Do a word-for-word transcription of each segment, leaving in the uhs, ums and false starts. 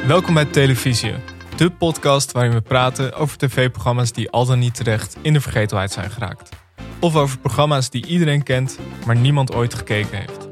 Welkom bij Televisie, de podcast waarin we praten over tv-programma's die al dan niet terecht in de vergetelheid zijn geraakt. Of over programma's die iedereen kent, maar niemand ooit gekeken heeft.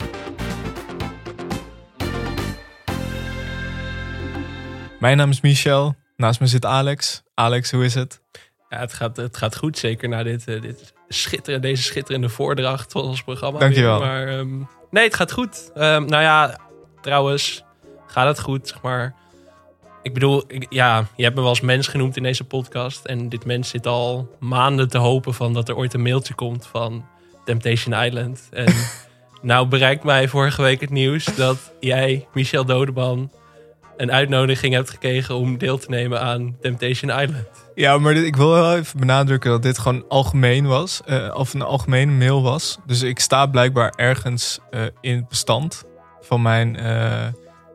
Mijn naam is Michel, naast me zit Alex. Alex, hoe is het? Ja, het gaat, het gaat goed, zeker na dit, uh, dit schitteren, deze schitterende voordracht van ons programma. Dankjewel. Weer. Maar um, nee, het gaat goed. Um, nou ja, trouwens, gaat het goed, zeg maar. Ik bedoel, ik, ja, je hebt me wel als mens genoemd in deze podcast. En dit mens zit al maanden te hopen van dat er ooit een mailtje komt van Temptation Island. En nou bereikt mij vorige week het nieuws dat jij, Michel Dodeman, een uitnodiging hebt gekregen om deel te nemen aan Temptation Island. Ja, maar dit, ik wil wel even benadrukken dat dit gewoon algemeen was. Uh, of een algemene mail was. Dus ik sta blijkbaar ergens uh, in het bestand van mijn... Uh,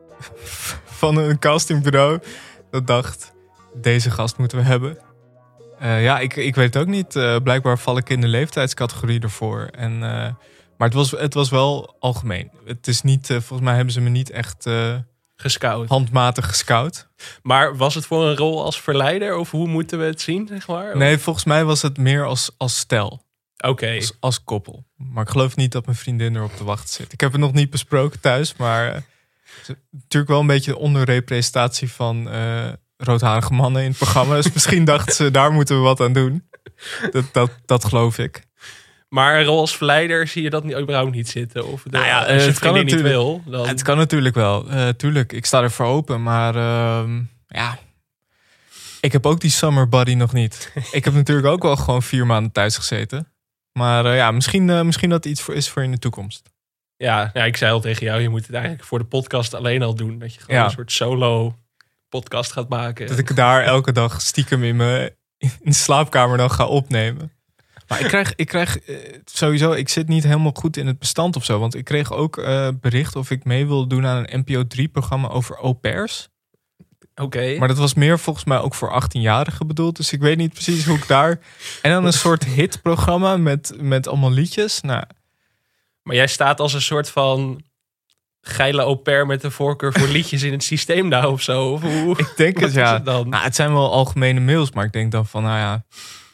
van een castingbureau. Dat dacht, deze gast moeten we hebben. Uh, ja, ik, ik weet het ook niet. Uh, blijkbaar val ik in de leeftijdscategorie ervoor. En, uh, maar het was, het was wel algemeen. Het is niet, uh, volgens mij hebben ze me niet echt... Uh, Gescout. Handmatig gescout. Maar was het voor een rol als verleider? Of hoe moeten we het zien, zeg maar? Nee, volgens mij was het meer als, als stel. Oké. Okay. Als, als koppel. Maar ik geloof niet dat mijn vriendin erop te wachten zit. Ik heb het nog niet besproken thuis. Maar uh, het is natuurlijk wel een beetje de onderrepresentatie van uh, roodharige mannen in het programma. Dus misschien dachten ze, daar moeten we wat aan doen. Dat, dat, dat geloof ik. Maar een rol als verleider zie je dat niet, überhaupt niet zitten? Of de, nou ja, als je het kan niet wil, dan... Het kan natuurlijk wel. Uh, tuurlijk, ik sta er voor open. Maar uh, ja, ik heb ook die summer buddy nog niet. Ik heb natuurlijk ook wel gewoon vier maanden thuis gezeten. Maar uh, ja, misschien, uh, misschien dat iets voor is voor in de toekomst. Ja, ja, ik zei al tegen jou, je moet het eigenlijk voor de podcast alleen al doen. Dat je gewoon ja. een soort solo podcast gaat maken. Dat ik daar elke dag stiekem in mijn in de slaapkamer dan ga opnemen. Maar ik krijg, ik krijg uh, sowieso, ik zit niet helemaal goed in het bestand of zo. Want ik kreeg ook uh, bericht of ik mee wil doen aan een N P O drie programma over au pairs. Oké. Okay. Maar dat was meer volgens mij ook voor achttienjarigen bedoeld. Dus ik weet niet precies hoe ik daar... En dan een soort hitprogramma met, met allemaal liedjes. Nou. Maar jij staat als een soort van geile au pair met de voorkeur voor liedjes in het systeem daar of zo. Of hoe, ik denk het, ja. Het, dan? Nou, het zijn wel algemene mails, maar ik denk dan van, nou ja...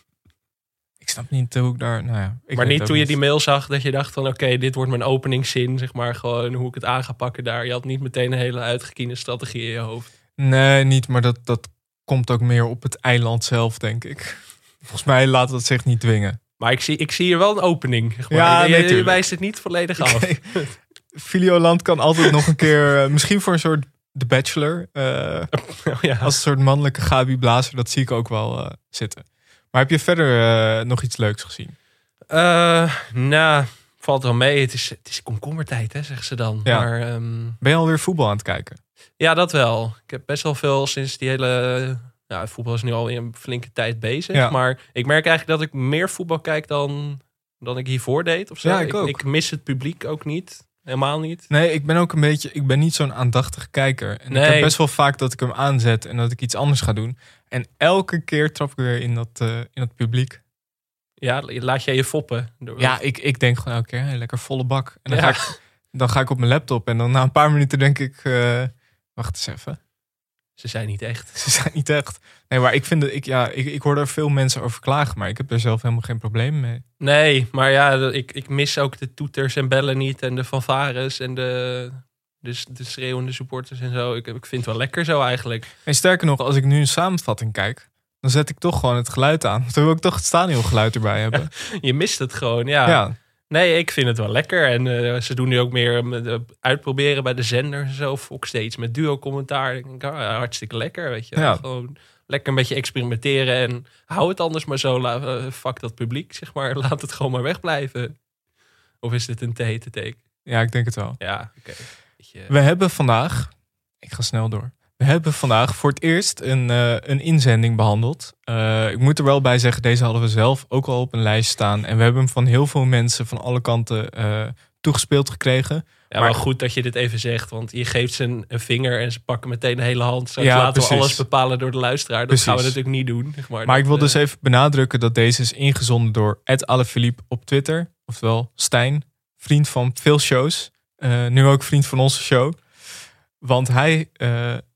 Ik snap niet hoe ik daar... Nou ja, ik maar niet toen je niet. die mail zag dat je dacht van... oké, okay, dit wordt mijn openingszin, zeg maar. Gewoon hoe ik het aan ga pakken daar. Je had niet meteen een hele uitgekiende strategie in je hoofd. Nee, niet. Maar dat, dat komt ook meer op het eiland zelf, denk ik. Volgens mij laat het zich niet dwingen. Maar ik zie, ik zie hier wel een opening. Zeg maar. Ja, je, nee, je wijst het niet volledig af. Okay. Videoland kan altijd nog een keer... Uh, misschien voor een soort The Bachelor. Uh, oh, ja. Als een soort mannelijke Gabi Blazer. Dat zie ik ook wel uh, zitten. Maar heb je verder uh, nog iets leuks gezien? Uh, nou, valt wel mee. Het is, het is komkommertijd, hè, zeggen ze dan. Ja. Maar, um... ben je alweer voetbal aan het kijken? Ja, dat wel. Ik heb best wel veel sinds die hele... Ja, voetbal is nu al een flinke tijd bezig. Ja. Maar ik merk eigenlijk dat ik meer voetbal kijk dan, dan ik hiervoor deed. Of zo. Ja, ik, ik, ook. ik mis het publiek ook niet. Helemaal niet. Nee, ik ben ook een beetje... Ik ben niet zo'n aandachtige kijker. En nee. Ik heb best wel vaak dat ik hem aanzet en dat ik iets anders ga doen. En elke keer trap ik weer in dat, uh, in dat publiek. Ja, laat jij je foppen? Door... Ja, ik, ik denk gewoon elke keer, hey, lekker volle bak. En dan, ja. ga ik, dan ga ik op mijn laptop en dan na een paar minuten denk ik... Uh, wacht eens even. Ze zijn niet echt. Ze zijn niet echt. Nee, maar ik vind het... Ik, ja, ik, ik hoor er veel mensen over klagen, maar ik heb er zelf helemaal geen probleem mee. Nee, maar ja, ik, ik mis ook de toeters en bellen niet en de fanfares en de... Dus de schreeuwende supporters en zo. Ik, ik vind het wel lekker zo eigenlijk. En sterker nog, als ik nu een samenvatting kijk... dan zet ik toch gewoon het geluid aan. Dan wil ik toch het stadiongeluid erbij hebben. Je mist het gewoon, ja. ja. Nee, ik vind het wel lekker. En uh, ze doen nu ook meer uh, uitproberen bij de zenders en zo. Fox steeds met duo-commentaar. Ik denk, ah, hartstikke lekker, weet je. Ja. Gewoon lekker een beetje experimenteren. En hou het anders maar zo. Uh, fuck dat publiek, zeg maar. Laat het gewoon maar wegblijven. Of is dit een te hete teken? Ja, ik denk het wel. Ja, oké. Okay. We hebben vandaag... Ik ga snel door. We hebben vandaag voor het eerst een, uh, een inzending behandeld. Uh, ik moet er wel bij zeggen, deze hadden we zelf ook al op een lijst staan. En we hebben hem van heel veel mensen van alle kanten uh, toegespeeld gekregen. Ja, maar, maar goed dat je dit even zegt. Want je geeft ze een, een vinger en ze pakken meteen de hele hand. Zo ja, laten precies. we alles bepalen door de luisteraar. Dat precies. gaan we natuurlijk niet doen. Zeg maar maar dat, ik wil uh... dus even benadrukken dat deze is ingezonden door at Alaphilippe op Twitter. Oftewel Stijn, vriend van veel shows. Uh, nu ook vriend van onze show. Want hij... Uh,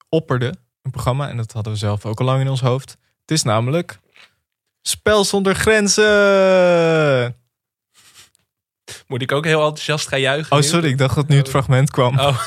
opperde. Een programma. En dat hadden we zelf ook al lang in ons hoofd. Het is namelijk Spel zonder Grenzen. Moet ik ook heel enthousiast gaan juichen? Oh, sorry. Ik dacht dat nu het fragment kwam. Oh.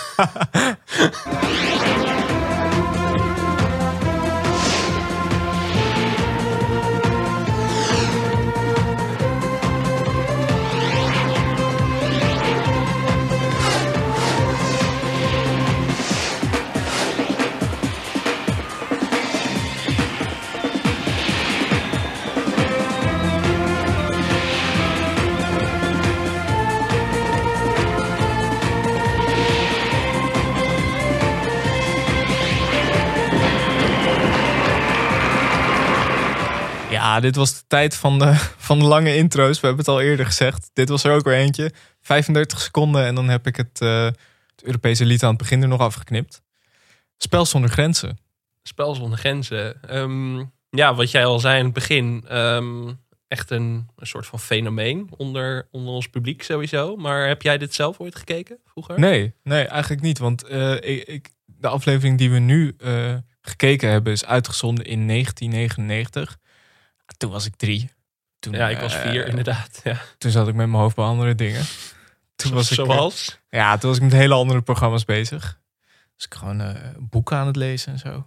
Ja, dit was de tijd van de, van de lange intro's. We hebben het al eerder gezegd. Dit was er ook weer eentje. vijfendertig seconden en dan heb ik het, uh, het Europese lied aan het begin er nog afgeknipt. Spel zonder Grenzen. Spel zonder Grenzen. Um, ja, wat jij al zei in het begin. Um, echt een, een soort van fenomeen onder, onder ons publiek sowieso. Maar heb jij dit zelf ooit gekeken vroeger? Nee, nee eigenlijk niet. Want uh, ik, ik, de aflevering die we nu uh, gekeken hebben is uitgezonden in negentien negenennegentig. Toen was ik drie. Toen, ja, ik was vier, uh, inderdaad. Ja. Toen zat ik met mijn hoofd bij andere dingen. Toen was Zoals? Ik, ja, toen was ik met hele andere programma's bezig. Dus ik gewoon uh, boeken aan het lezen en zo.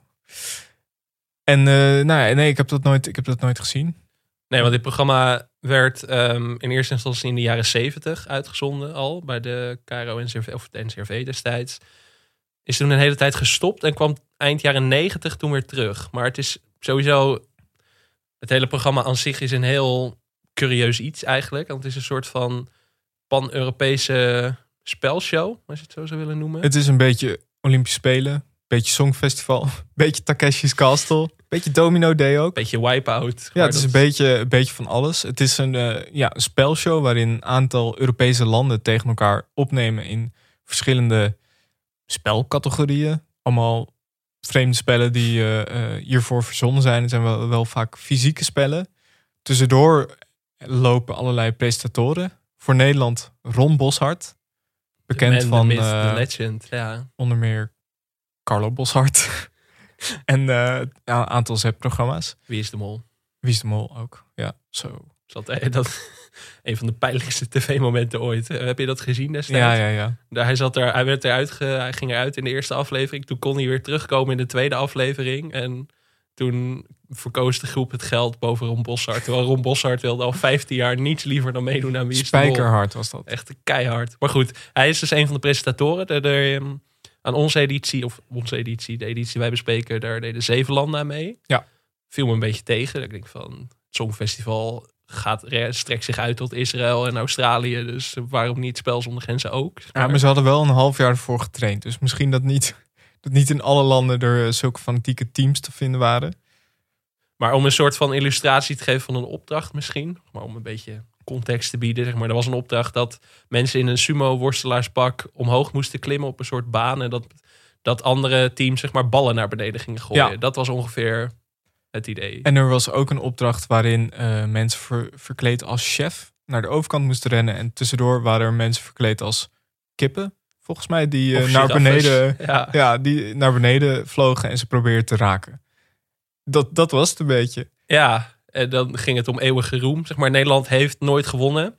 En uh, nou ja, nee, ik heb dat nooit, ik heb dat nooit gezien. Nee, want dit programma werd um, in eerste instantie in de jaren zeventig uitgezonden al. Bij de K R O N C R V, of de N C R V destijds. Is toen een hele tijd gestopt en kwam eind jaren negentig toen weer terug. Maar het is sowieso... Het hele programma aan zich is een heel curieus iets eigenlijk. Want het is een soort van pan-Europese spelshow, als je het zo zou willen noemen. Het is een beetje Olympische Spelen, een beetje Songfestival, een beetje Takeshi's Castle, een beetje Domino Day ook. Een beetje Wipeout. Ja, het is dat... een, beetje, een beetje van alles. Het is een, uh, ja, een spelshow waarin een aantal Europese landen tegen elkaar opnemen in verschillende spelcategorieën. Allemaal vreemde spellen die uh, uh, hiervoor verzonnen zijn. Het zijn wel, wel vaak fysieke spellen. Tussendoor lopen allerlei presentatoren. Voor Nederland Ron Boshart. Bekend man, van myth, uh, legend, ja. onder meer Carlo Boshart. en uh, een aantal zetprogramma's. Wie is de Mol? Wie is de Mol ook, ja. Zo. Zat, dat, een van de pijnlijkste tv-momenten ooit. Uh, heb je dat gezien destijds? Ja, ja, ja. Hij, zat er, hij, werd eruit ge, hij ging eruit in de eerste aflevering. Toen kon hij weer terugkomen in de tweede aflevering. En toen verkoos de groep het geld boven Ron Boshart. Terwijl Ron Boshart wilde al vijftien jaar niets liever dan meedoen aan Wie is de Mol. Spijkerhard was dat. Echt keihard. Maar goed, hij is dus een van de presentatoren. De, de, um, aan onze editie, of onze editie, de editie wij bespreken, daar deden zeven landen aan mee. Ja. Viel me een beetje tegen. Ik denk van, het Songfestival gaat, strekt zich uit tot Israël en Australië. Dus waarom niet Spel zonder Grenzen ook? Maar. Ja, maar ze hadden wel een half jaar ervoor getraind. Dus misschien dat niet, dat niet in alle landen er zulke fanatieke teams te vinden waren. Maar om een soort van illustratie te geven van een opdracht misschien. Maar om een beetje context te bieden. Zeg maar. Er was een opdracht dat mensen in een sumo-worstelaarspak omhoog moesten klimmen op een soort baan. En dat, dat andere teams zeg maar ballen naar beneden gingen gooien. Ja. Dat was ongeveer het idee. En er was ook een opdracht waarin uh, mensen ver, verkleed als chef naar de overkant moesten rennen. En tussendoor waren er mensen verkleed als kippen. Volgens mij die uh, naar beneden, ja. Ja, die naar beneden vlogen en ze probeerden te raken. Dat, dat was het een beetje. Ja, en dan ging het om eeuwige roem. Zeg maar, Nederland heeft nooit gewonnen.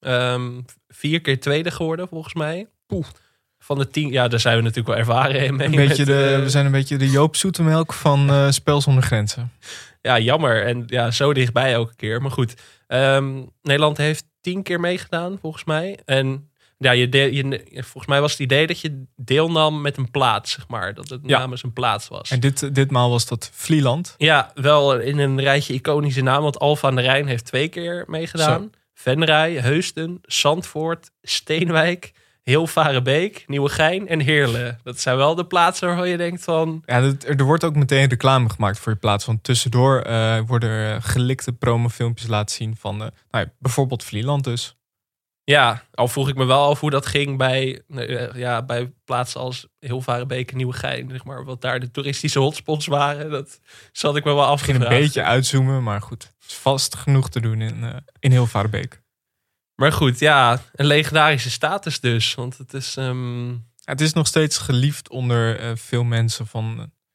Um, vier keer tweede geworden, volgens mij. Poeh. Van de tien, ja, daar zijn we natuurlijk wel ervaren in mee. Een beetje met, de, uh, we zijn een beetje de Joop Zoetemelk van uh, Spel zonder Grenzen. Ja, jammer. En ja, zo dichtbij elke keer. Maar goed, um, Nederland heeft tien keer meegedaan, volgens mij. En ja, je de, je, volgens mij was het idee dat je deelnam met een plaats, zeg maar. Dat het ja. namens een plaats was. En dit, ditmaal was dat Vlieland. Ja, wel in een rijtje iconische namen. Want Alphen aan de Rijn heeft twee keer meegedaan. Zo. Venray, Heusden, Zandvoort, Steenwijk, Hilvarenbeek, Nieuwegein en Heerlen. Dat zijn wel de plaatsen waarvan je denkt van... Ja, dat, er wordt ook meteen reclame gemaakt voor je plaats. Want tussendoor uh, worden er gelikte promofilmpjes laten zien van uh, nou ja, bijvoorbeeld Vlieland dus. Ja, al vroeg ik me wel af hoe dat ging bij, uh, ja, bij plaatsen als Hilvarenbeek en Nieuwegein. Zeg maar, wat daar de toeristische hotspots waren. Dat zat ik me wel afgevraagd. Misschien een beetje uitzoomen, maar goed. Het is vast genoeg te doen in, uh, in Hilvarenbeek. Maar goed, ja, een legendarische status dus. Want het is... Um... Het is nog steeds geliefd onder uh, veel mensen van... Uh,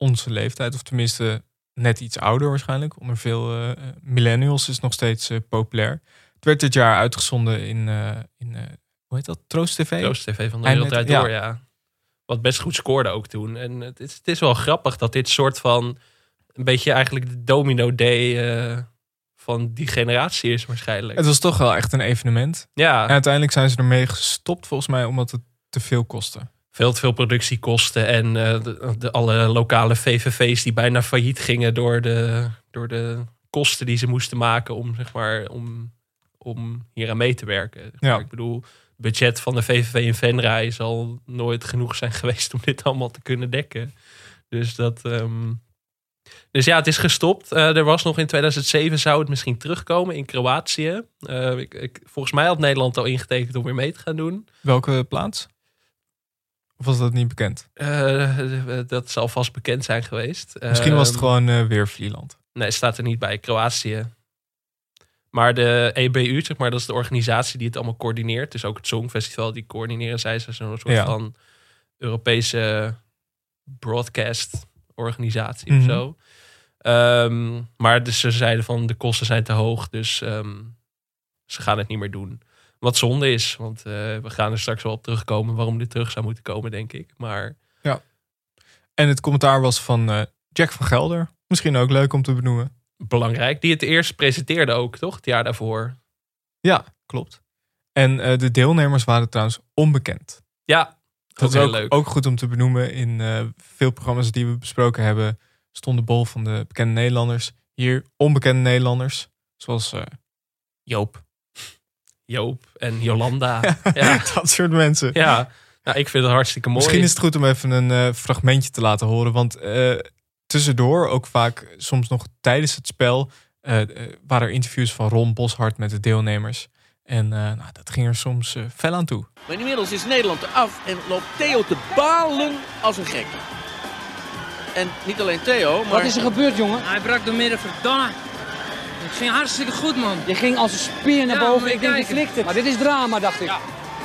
onze leeftijd. Of tenminste net iets ouder waarschijnlijk. Onder veel uh, millennials is het nog steeds uh, populair. Het werd dit jaar uitgezonden in, uh, in uh, hoe heet dat? Troost T V? Troost T V van de Wereld Draait Door, ja. ja. Wat best goed scoorde ook toen. En het is, het is wel grappig dat dit soort van... een beetje eigenlijk de domino day uh, van die generatie is waarschijnlijk. Het was toch wel echt een evenement. Ja. En uiteindelijk zijn ze ermee gestopt volgens mij omdat het te veel kostte. Veel te veel productiekosten en uh, de, de, alle lokale V V V's die bijna failliet gingen door de, door de kosten die ze moesten maken om, zeg maar, om, om hier aan mee te werken. Ja. Ik bedoel, het budget van de V V V in Venray zal nooit genoeg zijn geweest om dit allemaal te kunnen dekken. Dus dat... Um... Dus ja, het is gestopt. Uh, er was nog in tweeduizend zeven zou het misschien terugkomen in Kroatië. Uh, ik, ik, volgens mij had Nederland al ingetekend om weer mee te gaan doen. Welke plaats? Of was dat niet bekend? Uh, dat zal vast bekend zijn geweest. Misschien was het gewoon uh, weer Vlieland. Nee, het staat er niet bij. Kroatië. Maar de E B U, zeg maar, dat is de organisatie die het allemaal coördineert. Dus ook het Songfestival, die coördineren zij. Zo'n soort ja. van Europese broadcast organisatie mm-hmm. of zo. Um, maar dus ze zeiden van de kosten zijn te hoog. Dus um, ze gaan het niet meer doen. Wat zonde is, want uh, we gaan er straks wel op terugkomen waarom dit terug zou moeten komen, denk ik. Maar... Ja. En het commentaar was van uh, Jack van Gelder. Misschien ook leuk om te benoemen. Belangrijk. Die het eerst presenteerde ook, toch? Het jaar daarvoor. Ja, klopt. En uh, de deelnemers waren trouwens onbekend. Ja, dat is heel ook, leuk. ook goed om te benoemen. In uh, veel programma's die we besproken hebben stonden bol van de bekende Nederlanders. Hier onbekende Nederlanders. Zoals uh, Joop. Joop en Jolanda. Ja. Dat soort mensen. Ja, nou, ik vind het hartstikke mooi. Misschien is het goed om even een uh, fragmentje te laten horen. Want uh, tussendoor, ook vaak soms nog tijdens het spel... Uh, uh, waren er interviews van Ron Boshart met de deelnemers. En uh, nou, dat ging er soms uh, fel aan toe. Maar inmiddels is Nederland eraf en loopt Theo te balen als een gek. En niet alleen Theo, maar... Wat is er gebeurd, jongen? Hij brak door midden, verdomme. Het ging hartstikke goed, man. Je ging als een spier naar ja, boven. Ik denk, je flikte. Maar dit is drama, dacht ik. Ja.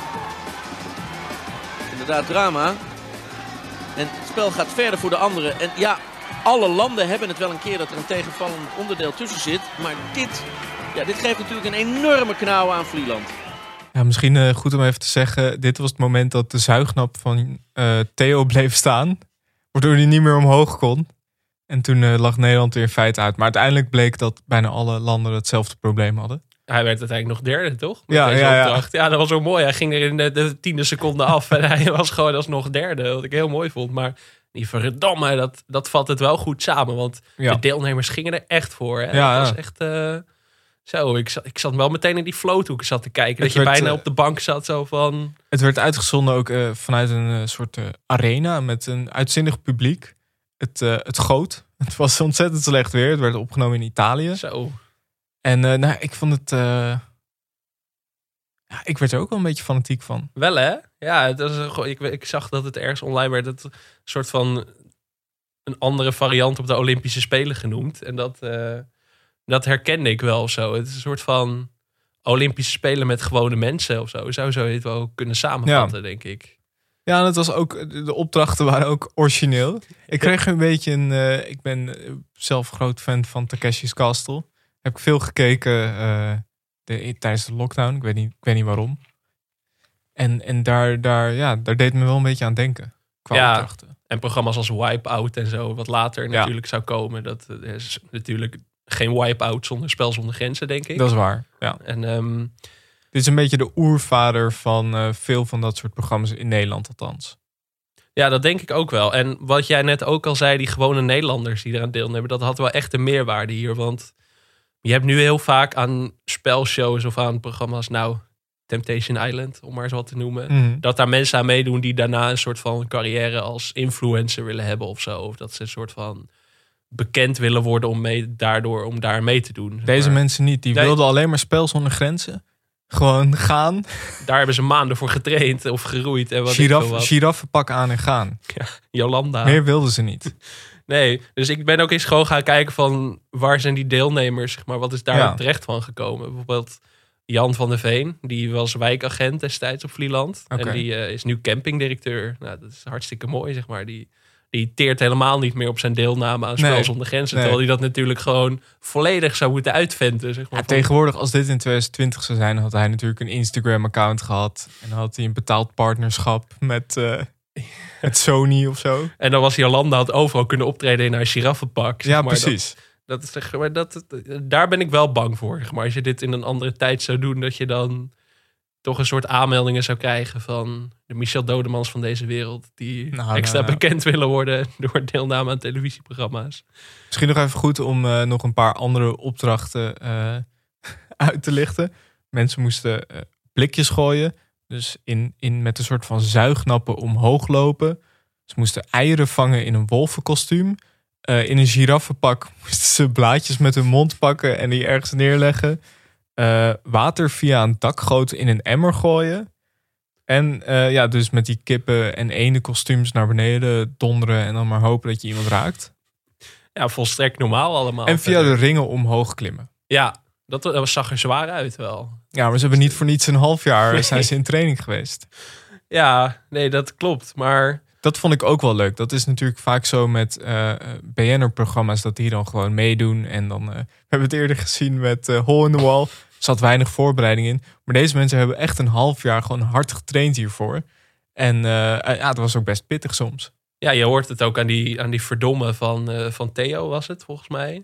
Inderdaad, drama. En het spel gaat verder voor de anderen. En ja, alle landen hebben het wel een keer dat er een tegenvallend onderdeel tussen zit. Maar dit, ja, dit geeft natuurlijk een enorme knauw aan Vlieland. Ja, misschien uh, goed om even te zeggen. Dit was het moment dat de zuignap van uh, Theo bleef staan. Waardoor hij niet meer omhoog kon. En toen uh, lag Nederland weer in feite uit. Maar uiteindelijk bleek dat bijna alle landen hetzelfde probleem hadden. Hij werd uiteindelijk nog derde, toch? Met ja, deze ja, opdracht. ja. Ja, dat was ook mooi. Hij ging er in de, de tiende seconde af. En hij was gewoon alsnog derde. Wat ik heel mooi vond. Maar die verdomme, dat, dat vat het wel goed samen. Want ja. de deelnemers gingen er echt voor. Hè? Ja, dat was ja. echt... Uh, zo, ik zat, ik zat wel meteen in die floathoek zat te kijken. Het dat je werd, bijna uh, op de bank zat. Zo van... Het werd uitgezonden ook uh, vanuit een uh, soort uh, arena. Met een uitzinnig publiek. Het, uh, het goot. Het was ontzettend slecht weer. Het werd opgenomen in Italië. Zo. En uh, nou, ik vond het... Uh... Ja, ik werd er ook wel een beetje fanatiek van. Wel hè? Ja, het was, ik, ik zag dat het ergens online werd. Het een soort van een andere variant op de Olympische Spelen genoemd. En dat, uh, dat herkende ik wel of zo. Het is een soort van Olympische Spelen met gewone mensen of zo. Zou zo je het wel kunnen samenvatten, ja. denk ik. Ja, en het was ook, de opdrachten waren ook origineel. Ik kreeg een beetje een... Uh, ik ben zelf groot fan van Takeshi's Castle. Heb ik veel gekeken uh, de, tijdens de lockdown. Ik weet niet, ik weet niet waarom. En, en daar, daar, ja, daar deed me wel een beetje aan denken. Qua ja, opdrachten. En programma's als Wipeout en zo, wat later ja. natuurlijk zou komen. Dat is natuurlijk geen Wipeout zonder Spel zonder Grenzen, denk ik. Dat is waar, ja. En... Um, Dit is een beetje de oervader van uh, veel van dat soort programma's in Nederland althans. Ja, dat denk ik ook wel. En wat jij net ook al zei, die gewone Nederlanders die eraan deelnemen, dat had wel echt een meerwaarde hier. Want je hebt nu heel vaak aan spelshows of aan programma's, nou, Temptation Island, om maar eens wat te noemen. Mm. Dat daar mensen aan meedoen die daarna een soort van carrière als influencer willen hebben of zo. Of dat ze een soort van bekend willen worden om mee, daardoor om daar mee te doen. Deze maar, mensen niet, die nee, wilden alleen maar Spel zonder Grenzen. Gewoon gaan. Daar hebben ze maanden voor getraind of geroeid. En wat Giraf, giraffenpak aan en gaan. Ja, Jolanda. Meer wilden ze niet. Nee, dus ik ben ook eens gewoon gaan kijken van waar zijn die deelnemers, zeg maar, wat is daar ja. terecht van gekomen. Bijvoorbeeld Jan van der Veen, die was wijkagent destijds op Vlieland. Okay. En die uh, is nu campingdirecteur. Nou, dat is hartstikke mooi, zeg maar. Die die teert helemaal niet meer op zijn deelname aan Spel Nee, zonder Grenzen. nee. Terwijl hij dat natuurlijk gewoon volledig zou moeten uitventen. Zeg maar. Ja, tegenwoordig, als dit in twintig twintig zou zijn, had hij natuurlijk een Instagram-account gehad. En dan had hij een betaald partnerschap met, uh, met Sony of zo. En dan was Jolanda had overal kunnen optreden in haar giraffenpak. zeg Ja, maar. precies. Dat, dat, is, zeg maar, dat, daar ben ik wel bang voor. Zeg maar als je dit in een andere tijd zou doen, dat je dan toch een soort aanmeldingen zou krijgen van de Michel Dodemans van deze wereld. Die Nou, extra nou, ja. bekend willen worden door deelname aan televisieprogramma's. Misschien nog even goed om uh, nog een paar andere opdrachten uh, uit te lichten. Mensen moesten uh, blikjes gooien. Dus in, in, met een soort van zuignappen omhoog lopen. Ze moesten eieren vangen in een wolvenkostuum. Uh, in een giraffenpak moesten ze blaadjes met hun mond pakken en die ergens neerleggen. Uh, water via een dak goten in een emmer gooien. En uh, ja, dus met die kippen en ene kostuums naar beneden donderen en dan maar hopen dat je iemand raakt. Ja, volstrekt normaal allemaal. En via de ringen omhoog klimmen. Ja, dat, dat zag er zwaar uit wel. Ja, maar ze hebben niet voor niets een half jaar Nee. zijn ze in training geweest. Ja, nee, dat klopt. Maar Dat vond ik ook wel leuk. Dat is natuurlijk vaak zo met uh, B N R-programma's dat die dan gewoon meedoen. En dan uh, we hebben het eerder gezien met uh, Hole in the Wall. Er zat weinig voorbereiding in. Maar deze mensen hebben echt een half jaar gewoon hard getraind hiervoor. En uh, ja, dat was ook best pittig soms. ja, je hoort het ook aan die, aan die verdomme van, uh, van Theo, was het volgens mij.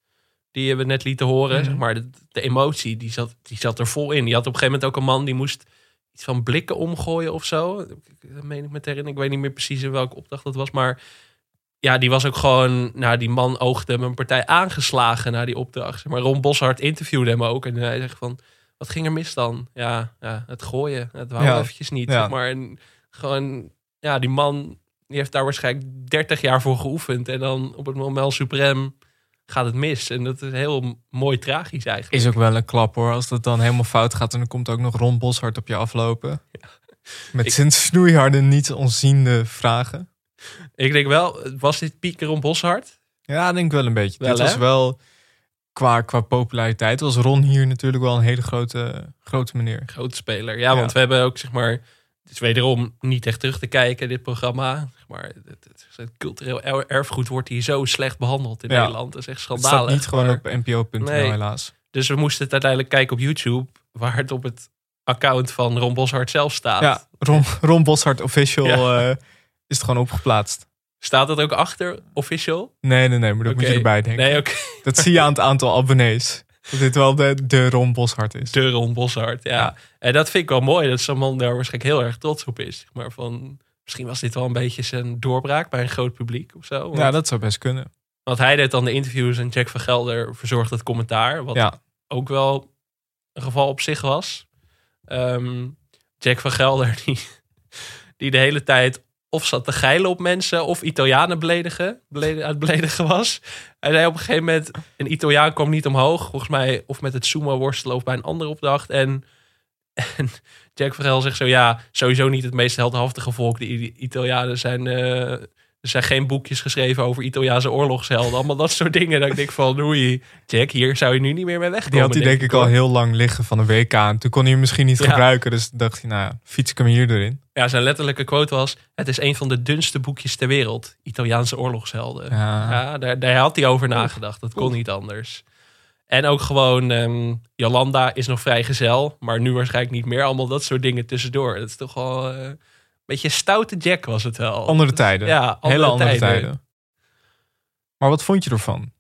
Die hebben we net lieten horen. Mhm. Zeg maar de, de emotie, die zat, die zat er vol in. Die had op een gegeven moment ook een man die moest iets van blikken omgooien of zo. Dat meen ik me te herinneren. Ik weet niet meer precies in welke opdracht dat was. Maar ja, die was ook gewoon... Nou, die man oogde hem een partij aangeslagen na die opdracht. Maar Ron Boshart interviewde hem ook. En hij zegt van, wat ging er mis dan? Ja, ja het gooien. Het wou Ja. eventjes niet. Ja. Zeg maar. En gewoon, ja, die man... Die heeft daar waarschijnlijk dertig jaar voor geoefend. En dan op het moment suprem gaat het mis. En dat is heel mooi tragisch eigenlijk. Is ook wel een klap hoor. Als dat dan helemaal fout gaat en dan komt ook nog Ron Boshart op je aflopen. Ja. Met Ik- zijn snoeiharde, niet onziende vragen. Ik denk wel, was dit piek Ron Boshart? Ja, ik denk wel een beetje. Wel, Dit was hè? wel qua, qua populariteit. Was Ron hier natuurlijk wel een hele grote, grote meneer. Grote speler. Ja, Ja. want we hebben ook, zeg maar... Het is wederom niet echt terug te kijken, dit programma. Zeg maar, het, het, het cultureel er- erfgoed wordt hier zo slecht behandeld in Ja. Nederland. Dat is echt Het schandalig. staat niet gewoon maar- op N P O punt N L Nee. helaas. Dus we moesten het uiteindelijk kijken op YouTube... waar het op het account van Ron Boshart zelf staat. Ja, Ron, Ron Boshart official Ja. uh, is het gewoon opgeplaatst. Staat dat ook achter, official? Nee, nee, nee, maar dat Oké. moet je erbij denken. Nee, oké. Dat zie je aan het aantal abonnees. Dat dit wel de, de Ron Boshart is. De Ron Boshart, ja. Ja. En dat vind ik wel mooi, dat zo'n man daar waarschijnlijk heel erg trots op is. Zeg maar van, misschien was dit wel een beetje zijn doorbraak bij een groot publiek of zo. Want, Ja, dat zou best kunnen. want hij deed dan de interviews en Jack van Gelder verzorgde het commentaar. Wat Ja, ook wel een geval op zich was. Ehm, Jack van Gelder, die, die de hele tijd of zat te geilen op mensen of Italianen beledigen, beledigen, aan het beledigen was. Hij zei op een gegeven moment, een Italiaan kwam niet omhoog. Volgens mij of met het sumo worstelen of bij een andere opdracht. En, en Jack van Gelder zegt zo, ja, sowieso niet het meest heldhaftige volk. De I- Italianen zijn... eh, er zijn geen boekjes geschreven over Italiaanse oorlogshelden. Allemaal dat soort dingen. Dat ik denk van, oei, Jack, hier zou je nu niet meer mee wegkomen. die had hij denk ik al hoor. heel lang liggen van een W K. En toen kon hij hem misschien niet Ja. gebruiken. Dus dacht hij, nou ja, fiets ik hem hier erin. Ja, zijn letterlijke quote was... Het is een van de dunste boekjes ter wereld. Italiaanse oorlogshelden. Ja. Ja, daar, daar had hij over nagedacht. Dat kon niet anders. En ook gewoon... ehm, Jolanda is nog vrijgezel. Maar nu waarschijnlijk niet meer. Allemaal dat soort dingen tussendoor. Dat is toch wel... eh, een beetje stoute Jack was het wel. Andere tijden. Ja, andere Hele andere tijden. tijden. Maar wat vond je ervan?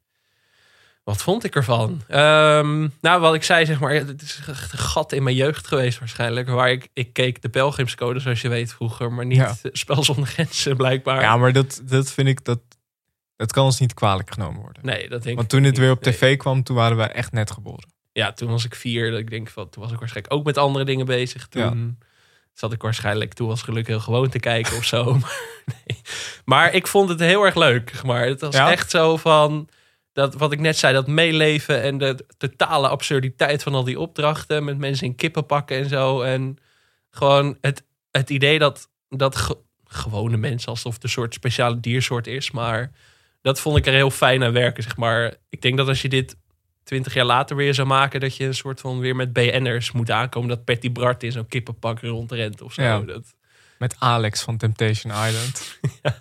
Wat vond ik ervan? Ehm, nou, wat ik zei, zeg maar, het is echt een gat in mijn jeugd geweest waarschijnlijk. Waar ik, ik keek de pelgrimscode, zoals je weet, vroeger. Maar niet Ja. Spel zonder Grenzen, blijkbaar. Ja, maar dat, dat vind ik, dat, dat kan ons niet kwalijk genomen worden. Nee, dat denk Want ik toen het niet. weer op Nee. tv kwam, toen waren wij echt net geboren. Ja, toen was ik vier. Dat ik denk van, toen was ik waarschijnlijk ook met andere dingen bezig. Toen zat ik waarschijnlijk, toen was geluk heel gewoon te kijken of zo. Maar, nee. maar ik vond het heel erg leuk. Maar het was Ja? echt zo van, dat, wat ik net zei, dat meeleven en de totale absurditeit van al die opdrachten met mensen in kippen pakken en zo. En gewoon het, het idee dat, dat ge- gewone mensen, alsof het een soort speciale diersoort is. Maar dat vond ik er heel fijn aan werken, zeg maar. Ik denk dat als je dit twintig jaar later weer zou maken, dat je een soort van weer met B N'ers moet aankomen. Dat Patty Bart in zo'n kippenpak rondrent of zo. Ja. Dat, Met Alex van Temptation Island.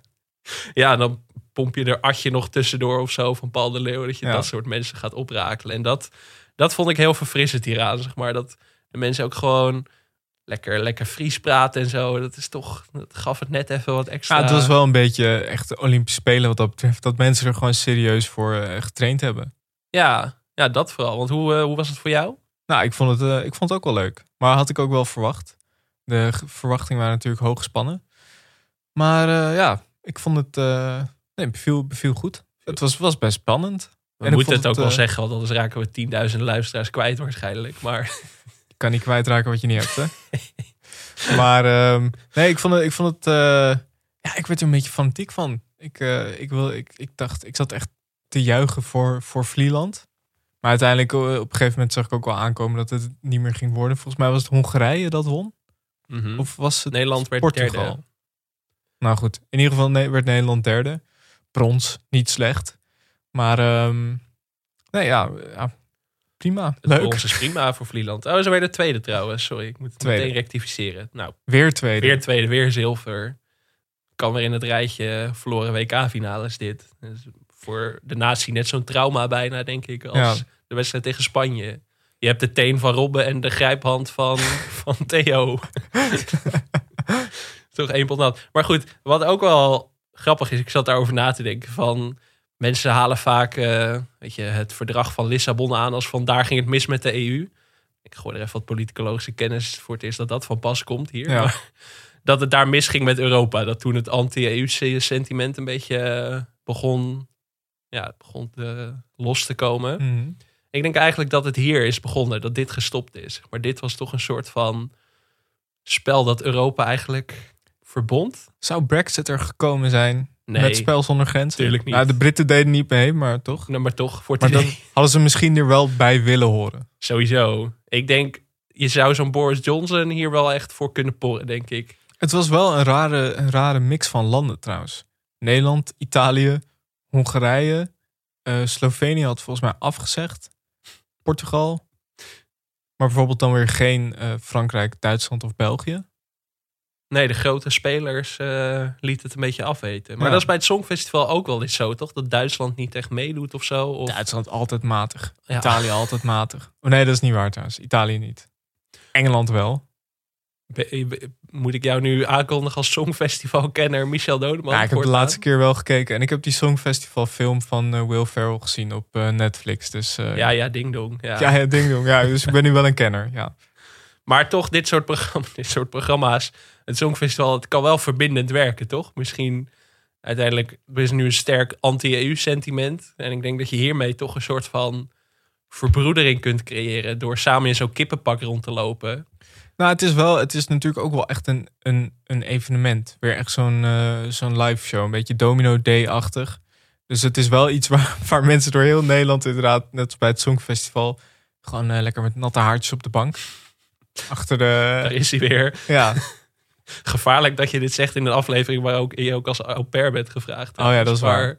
Ja, dan pomp je er Atje nog tussendoor of zo van Paul de Leeuw. Dat je Ja. dat soort mensen gaat oprakelen. En dat, dat vond ik heel verfrissend hieraan, zeg maar. Dat de mensen ook gewoon lekker, lekker Fries praten en zo. Dat is toch, dat gaf het net even wat extra. Ja, het was wel een beetje echt de Olympische Spelen wat dat betreft. Dat mensen er gewoon serieus voor uh, getraind hebben. Ja, ja, dat vooral. Want hoe, uh, hoe was het voor jou? Nou, ik vond, het, uh, ik vond het ook wel leuk. Maar had ik ook wel verwacht. De g- verwachtingen waren natuurlijk hoog gespannen. Maar uh, ja, ik vond het uh, nee, beviel, beviel goed. Het was, was best spannend. We En ik moeten vond het ook het, wel uh, zeggen, want anders raken we tienduizenden luisteraars kwijt waarschijnlijk. Maar Je kan niet kwijtraken wat je niet hebt, hè? Maar um, nee, ik vond het... Ik, vond het uh, ja, ik werd er een beetje fanatiek van. Ik, uh, ik, wil, ik, ik dacht, ik zat echt te juichen voor, voor Vlieland. Maar uiteindelijk, uh, op een gegeven moment zag ik ook wel aankomen dat het niet meer ging worden. Volgens mij was het Hongarije dat won. mm-hmm. Of was het Nederland werd Portugal? derde. Nou goed, in ieder geval ne- werd Nederland derde. Brons, niet slecht. Maar um, nee, ja, ja prima. Het Leuk. brons is prima voor Vlieland. Oh, ze werden tweede trouwens. Sorry, ik moet het Tweede. meteen rectificeren. Nou, Weer tweede. weer tweede, weer zilver. Kan weer in het rijtje verloren W K-finales dit. Dus voor de natie net zo'n trauma bijna, denk ik, als Ja. de wedstrijd tegen Spanje. Je hebt de teen van Robben en de grijphand van, van Theo. Toch één pot nat. Maar goed, wat ook wel grappig is, ik zat daarover na te denken van... Mensen halen vaak uh, weet je, het verdrag van Lissabon aan als van daar ging het mis met de E U. Ik gooi er even wat politicologische kennis voor het eerst dat dat van pas komt hier. Ja. Maar dat het daar misging met Europa. Dat toen het anti-E U-sentiment een beetje uh, begon, ja, begon te, los te komen. Mm. Ik denk eigenlijk dat het hier is begonnen, dat dit gestopt is. Maar dit was toch een soort van spel dat Europa eigenlijk verbond. Zou Brexit er gekomen zijn Nee, met spel zonder grenzen? tuurlijk niet. Nou, de Britten deden niet mee, maar toch? nou, maar toch, voor het Maar dan idee. hadden ze misschien er wel bij willen horen. Sowieso. Ik denk, je zou zo'n Boris Johnson hier wel echt voor kunnen porren, denk ik. Het was wel een rare, een rare mix van landen trouwens. Nederland, Italië, Hongarije, uh, Slovenië had volgens mij afgezegd. Portugal. Maar bijvoorbeeld dan weer geen uh, Frankrijk, Duitsland of België. Nee, de grote spelers uh, lieten het een beetje afweten. Maar Ja. dat is bij het Songfestival ook wel eens zo, toch? Dat Duitsland niet echt meedoet of zo? Of... Duitsland altijd matig. Ja. Italië altijd matig. Oh nee, dat is niet waar trouwens. Italië niet. Engeland wel. Be- be- Moet ik jou nu aankondigen als Songfestival-kenner Michel Dodeman? Ja, ik heb de voortaan? laatste keer wel gekeken. En ik heb die Songfestival film van uh, Will Ferrell gezien op uh, Netflix. Dus, uh, Ja, ja, ding dong. Ja. ja, ja, ding dong. Ja, dus ik ben nu wel een kenner. Ja. Maar toch, dit soort, programma, dit soort programma's, het Songfestival, het kan wel verbindend werken, toch? Misschien uiteindelijk is er nu een sterk anti-E U-sentiment. En ik denk dat je hiermee toch een soort van verbroedering kunt creëren door samen in zo'n kippenpak rond te lopen. Nou, het is wel, het is natuurlijk ook wel echt een, een, een evenement. Weer echt zo'n, uh, zo'n live show. Een beetje Domino Day-achtig. Dus het is wel iets waar, waar mensen door heel Nederland inderdaad, net als bij het Songfestival, gewoon uh, lekker met natte haartjes op de bank. Achter de... Daar is hij weer. Ja. Gevaarlijk dat je dit zegt in een aflevering waar ook, je ook als au pair bent gevraagd. Oh ja, dat is waar.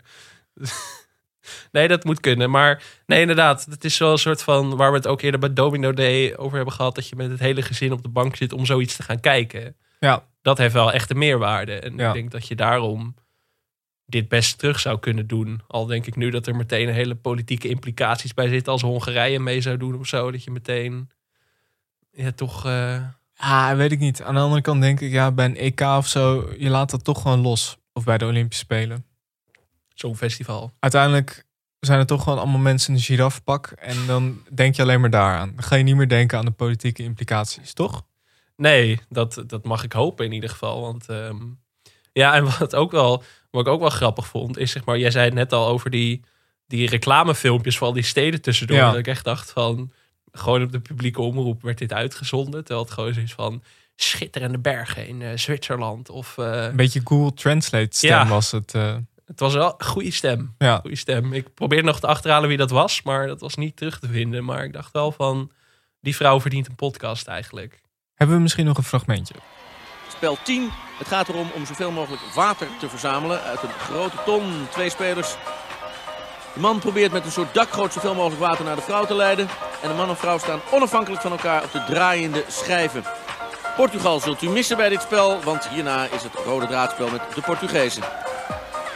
Nee, dat moet kunnen. Maar nee, inderdaad. Het is wel een soort van, waar we het ook eerder bij Domino Day over hebben gehad, dat je met het hele gezin op de bank zit om zoiets te gaan kijken. Ja. Dat heeft wel echt een meerwaarde. En Ja. ik denk dat je daarom dit best terug zou kunnen doen. Al denk ik nu dat er meteen een hele politieke implicaties bij zitten als Hongarije mee zou doen of zo. Dat je meteen ja, toch... Uh... Ah, weet ik niet. Aan de andere kant denk ik, ja, bij een E K of zo, je laat dat toch gewoon los. Of bij de Olympische Spelen. Zo'n festival. Uiteindelijk zijn er toch gewoon allemaal mensen in een girafpak. En dan denk je alleen maar daaraan. Dan ga je niet meer denken aan de politieke implicaties, toch? Nee, dat, dat mag ik hopen in ieder geval. Want um, ja, en wat, ook wel, wat ik ook wel grappig vond, is zeg maar, jij zei het net al over die, die reclamefilmpjes van al die steden tussendoor. Ja. Dat ik echt dacht van, gewoon op de publieke omroep werd dit uitgezonden. Terwijl het gewoon zoiets van schitterende bergen in uh, Zwitserland. Of, uh, Een beetje Google Translate stem Ja. was het. Uh, het was wel een goede stem. ja. Goede stem. Ik probeerde nog te achterhalen wie dat was, maar dat was niet terug te vinden. Maar ik dacht wel van, die vrouw verdient een podcast eigenlijk. Hebben we misschien nog een fragmentje? Spel tien. Het gaat erom om zoveel mogelijk water te verzamelen uit een grote ton. Twee spelers. De man probeert met een soort dakgoot zoveel mogelijk water naar de vrouw te leiden. En de man en vrouw staan onafhankelijk van elkaar op de draaiende schijven. Portugal zult u missen bij dit spel, want hierna is het rode draadspel met de Portugezen.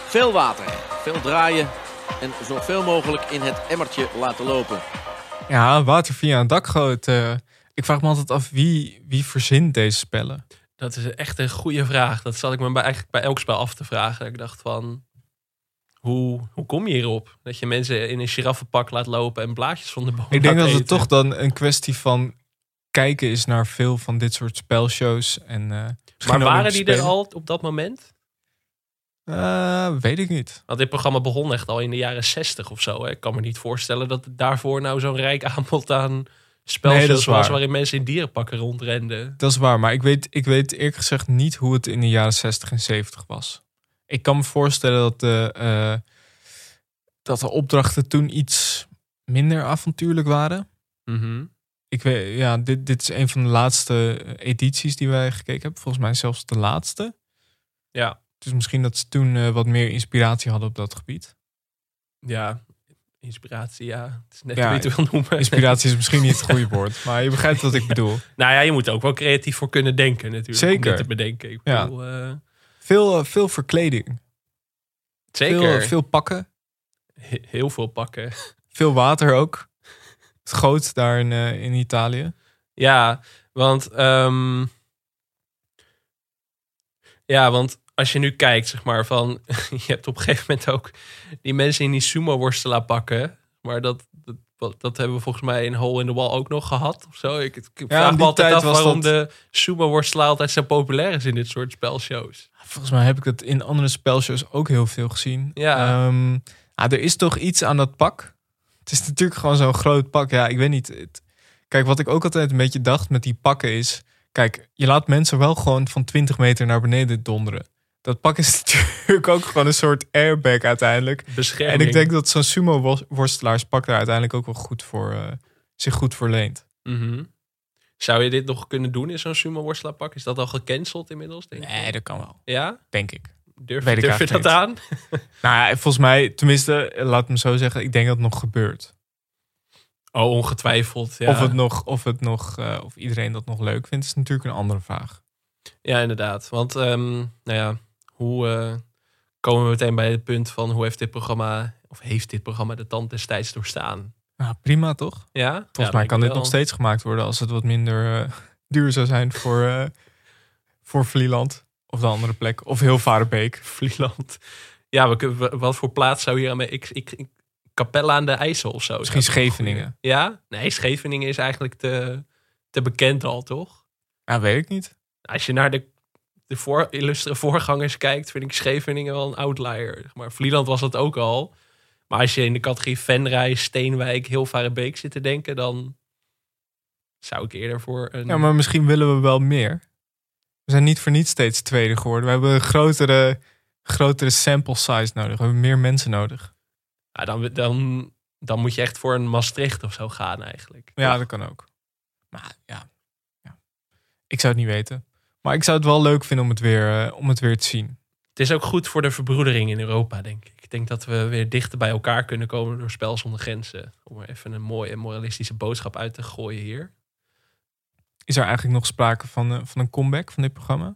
Veel water, veel draaien en zoveel mogelijk in het emmertje laten lopen. Ja, water via een dak gooien. Ik vraag me altijd af, wie, wie verzint deze spellen? Dat is echt een goede vraag. Dat zat ik me bij, eigenlijk bij elk spel af te vragen. Ik dacht van, hoe, hoe kom je hierop? Dat je mensen in een giraffenpak laat lopen en blaadjes van de boom Ik denk laat dat het eten. toch dan een kwestie van kijken is naar veel van dit soort spelshows. En, uh, maar waren die er al op dat moment? Uh, weet ik niet. Want dit programma begon echt al in de jaren zestig of zo. Hè? Ik kan me niet voorstellen dat het daarvoor nou zo'n rijk aanbod aan spelshows nee, was waar. waarin mensen in dierenpakken rondrenden. Dat is waar, maar ik weet, ik weet eerlijk gezegd niet hoe het in de jaren zestig en zeventig was. Ik kan me voorstellen dat de, uh, dat de opdrachten toen iets minder avontuurlijk waren. Mm-hmm. Ik weet, ja, dit, dit is een van de laatste edities die wij gekeken hebben. Volgens mij zelfs de laatste. Ja. Dus misschien dat ze toen uh, wat meer inspiratie hadden op dat gebied. Ja, inspiratie, ja. Het is net ja, hoe je het wil noemen. Inspiratie is misschien niet het goede woord. Maar je begrijpt wat ik bedoel. Nou ja, je moet er ook wel creatief voor kunnen denken natuurlijk. Zeker. Om dit te bedenken. Ik ja. bedoel, uh... veel, uh, veel verkleding. Zeker. Veel, veel pakken. He- heel veel pakken. Veel water ook. Het goot daar in, uh, in Italië. Ja, want... Um... Ja, want... Als je nu kijkt, zeg maar, van... Je hebt op een gegeven moment ook die mensen in die sumo-worstelaar pakken. Maar dat, dat, dat hebben we volgens mij in Hole in the Wall ook nog gehad. Of zo. Ik, ik vraag ja, me altijd af waarom dat... de sumo-worstelaar altijd zo populair is in dit soort spelshows. Volgens mij heb ik dat in andere spelshows ook heel veel gezien. Ja. Um, ah, er is toch iets aan dat pak. Het is natuurlijk gewoon zo'n groot pak. Ja, ik weet niet. Het... Kijk, wat ik ook altijd een beetje dacht met die pakken is... Kijk, je laat mensen wel gewoon van twintig meter naar beneden donderen. Dat pak is natuurlijk ook gewoon een soort airbag uiteindelijk. Bescherming. En ik denk dat zo'n sumo-worstelaars-pak daar uiteindelijk ook wel goed voor, uh, zich goed voor leent. Mm-hmm. Zou je dit nog kunnen doen in zo'n sumo-worstelaarpak? Is dat al gecanceld inmiddels? Denk nee, je? dat kan wel. Ja? Denk ik. Durf, durf je dat niet. aan? Nou ja, volgens mij, tenminste, laat me zo zeggen, ik denk dat het nog gebeurt. Oh, ongetwijfeld. Ja. Of het nog, of het nog, uh, of iedereen dat nog leuk vindt, is natuurlijk een andere vraag. Ja, inderdaad. Want, um, nou ja, hoe uh, komen we meteen bij het punt van hoe heeft dit programma, of heeft dit programma de tand destijds doorstaan? Nou, prima toch? Ja? Volgens ja, mij kan dit wel. nog steeds gemaakt worden als het wat minder uh, duur zou zijn voor, uh, voor Vlieland. Of de andere plek. Of heel Varenbeek. Vlieland. Ja, we, wat voor plaats zou hier aan mee? Ik, ik, ik, Capella aan de IJssel of zo. Misschien Scheveningen. Ja? Nee, Scheveningen is eigenlijk te, te bekend al, toch? Ja, weet ik niet. Als je naar de, de voor, illustre voorgangers kijkt, vind ik Scheveningen wel een outlier. Maar Vlieland was dat ook al. Maar als je in de categorie Venray, Steenwijk, Hilvarenbeek zit te denken, dan zou ik eerder voor een... Ja, maar misschien willen we wel meer. We zijn niet voor niets steeds tweede geworden. We hebben een grotere, grotere sample size nodig. We hebben meer mensen nodig. Ja, dan, dan, dan moet je echt voor een Maastricht of zo gaan eigenlijk. Ja, dat kan ook. Maar ja, ja. Ik zou het niet weten. Maar ik zou het wel leuk vinden om het weer, uh, om het weer te zien. Het is ook goed voor de verbroedering in Europa, denk ik. Ik denk dat we weer dichter bij elkaar kunnen komen door Spel zonder Grenzen. Om er even een mooie en moralistische boodschap uit te gooien hier. Is er eigenlijk nog sprake van, uh, van een comeback van dit programma?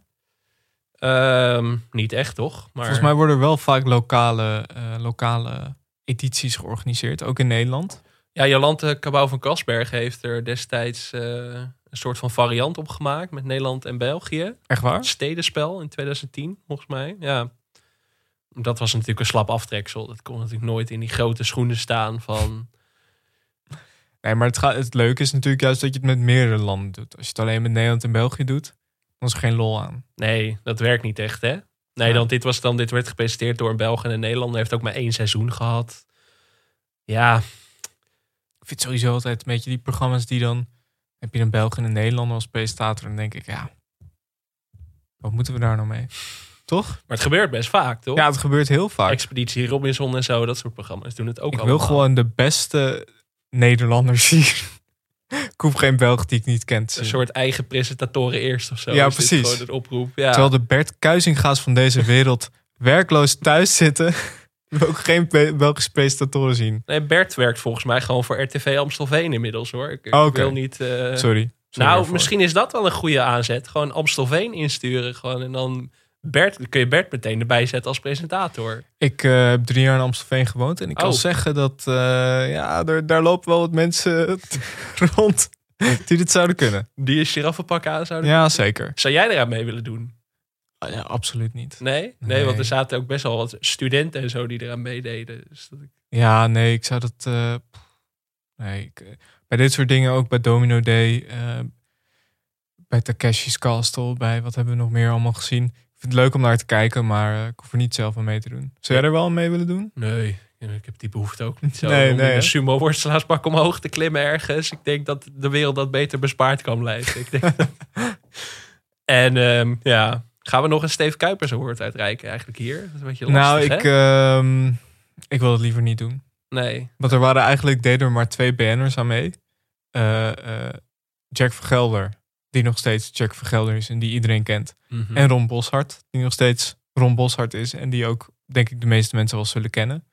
Um, niet echt, toch? Maar... Volgens mij worden er wel vaak lokale, uh, lokale edities georganiseerd, ook in Nederland. Ja, Jolante Cabau van Kasberg heeft er destijds uh, een soort van variant op gemaakt met Nederland en België. Echt waar? Het stedenspel in twintig tien, volgens mij. Ja. Dat was natuurlijk een slap aftreksel. Dat kon natuurlijk nooit in die grote schoenen staan van... Nee, maar het, gaat, het leuke is natuurlijk juist dat je het met meerdere landen doet. Als je het alleen met Nederland en België doet, dan is er geen lol aan. Nee, dat werkt niet echt, hè? Nee, ja. dan, dit, was dan, dit werd gepresenteerd door een Belg en een Nederlander. Heeft ook maar één seizoen gehad. Ja. Ik vind sowieso altijd een beetje die programma's die dan... Heb je een Belg en een Nederlander als presentator, dan denk ik, ja... Wat moeten we daar nou mee? Toch? Maar het gebeurt best vaak, toch? Ja, het gebeurt heel vaak. Expeditie Robinson en zo, dat soort programma's doen het ook ik allemaal. wil gewoon de beste Nederlanders zien. Ik hoef geen Belg die ik niet ken te zien. Een soort eigen presentatoren eerst of zo. Ja, is dit precies. gewoon een oproep. Ja. Terwijl de Bert Kuizinga's van deze wereld werkloos thuis zitten... we ook geen Belgische presentatoren zien. Nee, Bert werkt volgens mij gewoon voor R T V Amstelveen inmiddels, hoor. Ik, ik oh, okay. wil niet... Uh... Sorry. Sorry nou, daarvoor. misschien is dat wel een goede aanzet. Gewoon Amstelveen insturen gewoon en dan Bert, dan kun je Bert meteen erbij zetten als presentator. Ik uh, heb drie jaar in Amstelveen gewoond. En ik kan Oh. zeggen dat uh, ja, er, daar lopen wel wat mensen rond die dit zouden kunnen. Die een giraffenpak aan zouden Ja, zeker. Zou jij eraan mee willen doen? Oh, ja, absoluut niet. Nee? nee? Nee. Want er zaten ook best wel wat studenten en zo die eraan meededen. Dus dat ik... Ja, nee, ik zou dat... Uh, nee, ik, uh, bij dit soort dingen, ook bij Domino Day, uh, bij Takeshi's Castle, bij wat hebben we nog meer allemaal gezien. Ik vind het leuk om naar te kijken, maar uh, ik hoef er niet zelf aan mee te doen. Zou jij er wel aan mee willen doen? Nee, ik heb die behoefte ook niet zo. Nee, om nee, in een hè? sumo-worstelaarspak omhoog te klimmen ergens. Ik denk dat de wereld dat beter bespaard kan blijven. Ik denk dat... En um, ja, gaan we nog een Steve Kuipers award uitreiken eigenlijk hier? Dat is een beetje lastig, Nou, ik, hè? uh, ik wil het liever niet doen. Nee. Want er waren eigenlijk, deden er maar twee B N'ers aan mee. Uh, uh, Jack Vergelder, die nog steeds Jack Vergelder is en die iedereen kent. Mm-hmm. En Ron Boshart, die nog steeds Ron Boshart is en die ook, denk ik, de meeste mensen wel zullen kennen.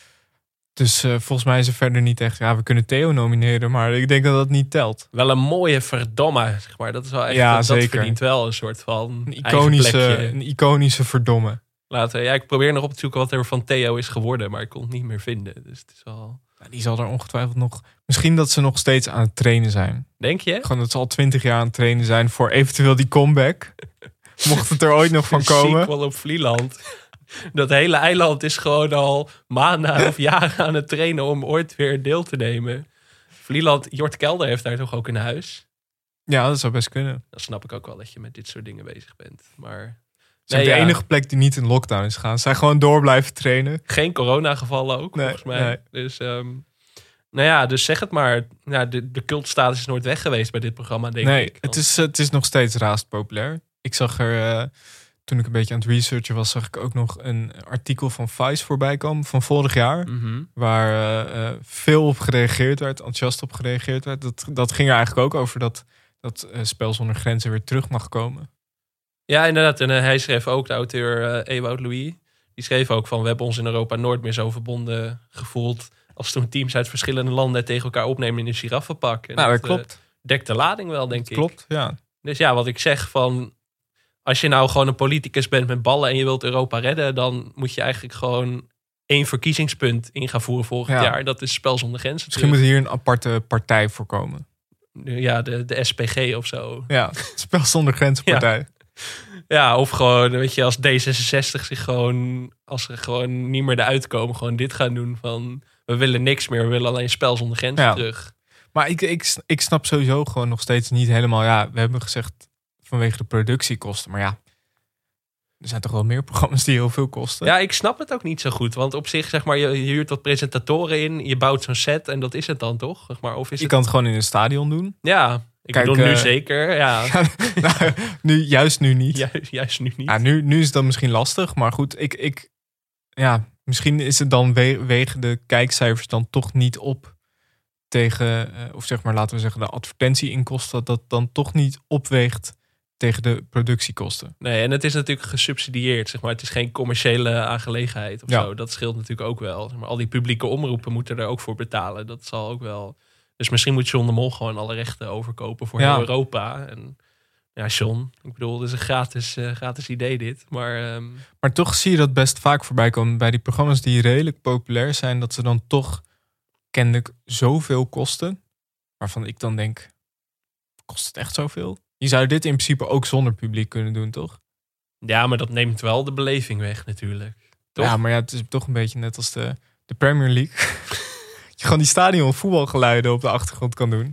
Dus uh, volgens mij is er verder niet echt... Ja, we kunnen Theo nomineren, maar ik denk dat dat niet telt. Wel een mooie verdomme, zeg maar. Dat is wel echt, Ja, dat, zeker. dat verdient wel een soort van Een iconische, eigen plekje. een iconische verdomme. Laten, ja, ik probeer nog op te zoeken wat er van Theo is geworden, maar ik kon het niet meer vinden. Dus het is wel... Ja, die zal er ongetwijfeld nog... Misschien dat ze nog steeds aan het trainen zijn. Denk je? Gewoon dat ze al twintig jaar aan het trainen zijn voor eventueel die comeback. Mocht het er ooit nog van komen. Sequel op Vlieland. Dat hele eiland is gewoon al maanden of jaren aan het trainen om ooit weer deel te nemen. Vlieland, Jort Kelder heeft daar toch ook een huis? Ja, dat zou best kunnen. Dan snap ik ook wel dat je met dit soort dingen bezig bent. Maar Het is nee, ook de ja, enige plek die niet in lockdown is gegaan. Ze zijn gewoon door blijven trainen. geen coronagevallen ook, Nee, volgens mij. nee. Dus, um, nou ja, dus zeg het maar. Ja, de, de cultstatus is nooit weg geweest bij dit programma, denk Nee, ik. het is, het is nog steeds raast populair. Ik zag er, uh, toen ik een beetje aan het researchen was, zag ik ook nog een artikel van Vice voorbij komen van vorig jaar. Mm-hmm. Waar uh, uh, veel op gereageerd werd, enthousiast op gereageerd werd. Dat, dat ging er eigenlijk ook over dat, dat uh, Spel Zonder Grenzen weer terug mag komen. Ja, inderdaad. En uh, hij schreef ook, de auteur uh, Ewout Louis, die schreef ook van: we hebben ons in Europa nooit meer zo verbonden gevoeld als toen teams uit verschillende landen tegen elkaar opnemen in een giraffenpak. En Nou, dat klopt. Uh, dekt de lading wel, denk Dat ik. klopt, ja. Dus ja, wat ik zeg van, als je nou gewoon een politicus bent met ballen en je wilt Europa redden, dan moet je eigenlijk gewoon één verkiezingspunt in gaan voeren volgend Ja. jaar. Dat is Spel Zonder Grenzen. Misschien moet hier een aparte partij voor komen. Ja, de, de S P G of zo. Ja, Spel Zonder Grenzen partij. Ja, of gewoon, weet je, als D zesenzestig zich gewoon, als ze gewoon niet meer eruit komen, gewoon dit gaan doen van, we willen niks meer, we willen alleen Spel Zonder Grenzen Ja. terug. Maar ik, ik, ik snap sowieso gewoon nog steeds niet helemaal... Ja, we hebben gezegd vanwege de productiekosten. Maar ja, er zijn toch wel meer programma's die heel veel kosten. Ja, ik snap het ook niet zo goed, want op zich, zeg maar, je, je huurt wat presentatoren in, je bouwt zo'n set en dat is het dan toch? Zeg maar, of is Je het... kan het gewoon in een stadion doen. Ja, ik Kijk, bedoel nu uh, zeker, ja. nou, nu, juist nu niet. Juist, juist nu niet. Ja, nu, nu is het dan misschien lastig. Maar goed, ik, ik, ja, misschien is het dan we, wegen de kijkcijfers dan toch niet op tegen... Uh, of zeg maar, laten we zeggen, de advertentieinkomsten... dat dat dan toch niet opweegt tegen de productiekosten. Nee, en het is natuurlijk gesubsidieerd, zeg maar. Het is geen commerciële aangelegenheid of Ja. zo. Dat scheelt natuurlijk ook wel. Zeg maar, al die publieke omroepen moeten er ook voor betalen. Dat zal ook wel... Dus misschien moet John de Mol gewoon alle rechten overkopen voor Ja. heel Europa. En ja, John, ik bedoel, het is een gratis, uh, gratis idee dit. Maar um... Maar toch zie je dat best vaak voorbij komen bij die programma's die redelijk populair zijn. Dat ze dan toch kennelijk zoveel kosten. Waarvan ik dan denk, kost het echt zoveel? Je zou dit in principe ook zonder publiek kunnen doen, toch? ja, maar dat neemt wel de beleving weg natuurlijk. Toch? Ja, maar ja, het is toch een beetje net als de, de Premier League. Je gewoon die stadion voetbalgeluiden op de achtergrond kan doen.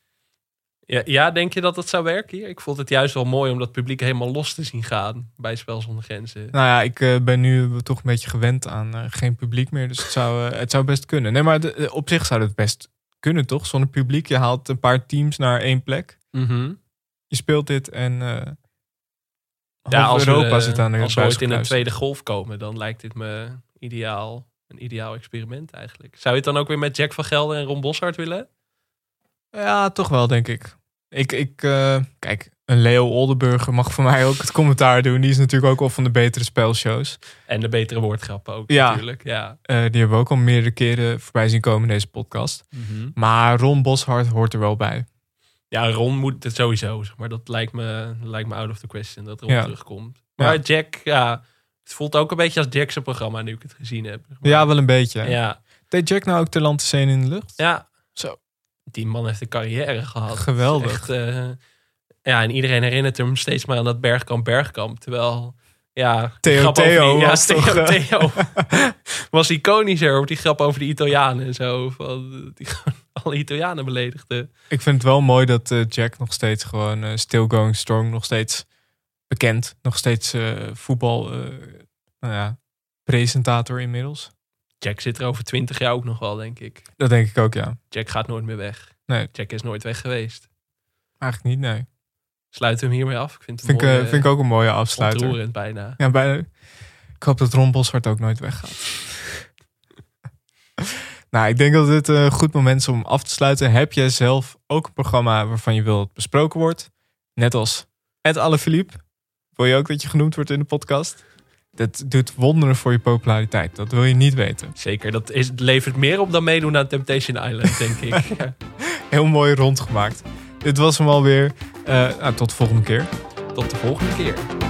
Ja, ja, denk je dat dat zou werken hier? Ik vond het juist wel mooi om dat publiek helemaal los te zien gaan bij Spel Zonder Grenzen. Nou ja, ik uh, ben nu toch een beetje gewend aan uh, geen publiek meer. Dus het zou, uh, het zou best kunnen. Nee, maar de, op zich zou het best kunnen, toch? Zonder publiek. Je haalt een paar teams naar één plek. Mm-hmm. Je speelt dit en uh, Ja, als Europa we, zit aan de als we ooit in een buis tweede golf komen, dan lijkt dit me ideaal. Een ideaal experiment eigenlijk. Zou je het dan ook weer met Jack van Gelder en Ron Boshart willen? Ja, toch wel, denk ik. Ik, ik uh, kijk, een Leo Oldenburger mag voor mij ook het commentaar doen. Die is natuurlijk ook wel van de betere spelshows. En de betere woordgrappen ook Ja. natuurlijk. Ja. Uh, die hebben we ook al meerdere keren voorbij zien komen in deze podcast. Mm-hmm. Maar Ron Boshart hoort er wel bij. Ja, Ron moet het sowieso. Zeg maar dat lijkt me, lijkt me out of the question dat Ron Ja. terugkomt. Maar Ja. Jack, ja, het voelt ook een beetje als Jack's programma nu ik het gezien heb. zeg maar. Ja, wel een beetje. ja. Deed Jack nou ook de Lantiseen in de lucht? Ja. Zo. Die man heeft een carrière gehad. Geweldig. Echt, uh, ja, en iedereen herinnert hem steeds maar aan dat Bergkamp Bergkamp. Terwijl, ja... Theo grap over Theo die, ja, was Theo, toch, uh... Theo was iconischer op die grap over de Italianen en zo. Van, die gewoon alle Italianen beledigde. Ik vind het wel mooi dat uh, Jack nog steeds gewoon uh, still going strong, nog steeds bekend. Nog steeds uh, voetbal, uh, nou ja, presentator inmiddels. Jack zit er over twintig jaar ook nog wel, denk ik. Dat denk ik ook, ja. Jack gaat nooit meer weg. Nee. Jack is nooit weg geweest. Eigenlijk niet, nee. Sluiten we hem hiermee af. Ik vind het Vind, mooie, ik, uh, vind ik ook een mooie afsluiter. ontroerend bijna. Ja, bijna. Ik hoop dat Ron Boshart ook nooit weggaat. Nou, ik denk dat dit een goed moment is om af te sluiten. Heb jij zelf ook een programma waarvan je wil dat besproken wordt? Net als Ed Alaphilippe. Wil je ook dat je genoemd wordt in de podcast? Dat doet wonderen voor je populariteit. Dat wil je niet weten. Zeker, dat is, levert meer op dan meedoen aan Temptation Island, denk ik. Ja. Heel mooi rondgemaakt. Dit was hem alweer. Uh, nou, tot de volgende keer. Tot de volgende keer.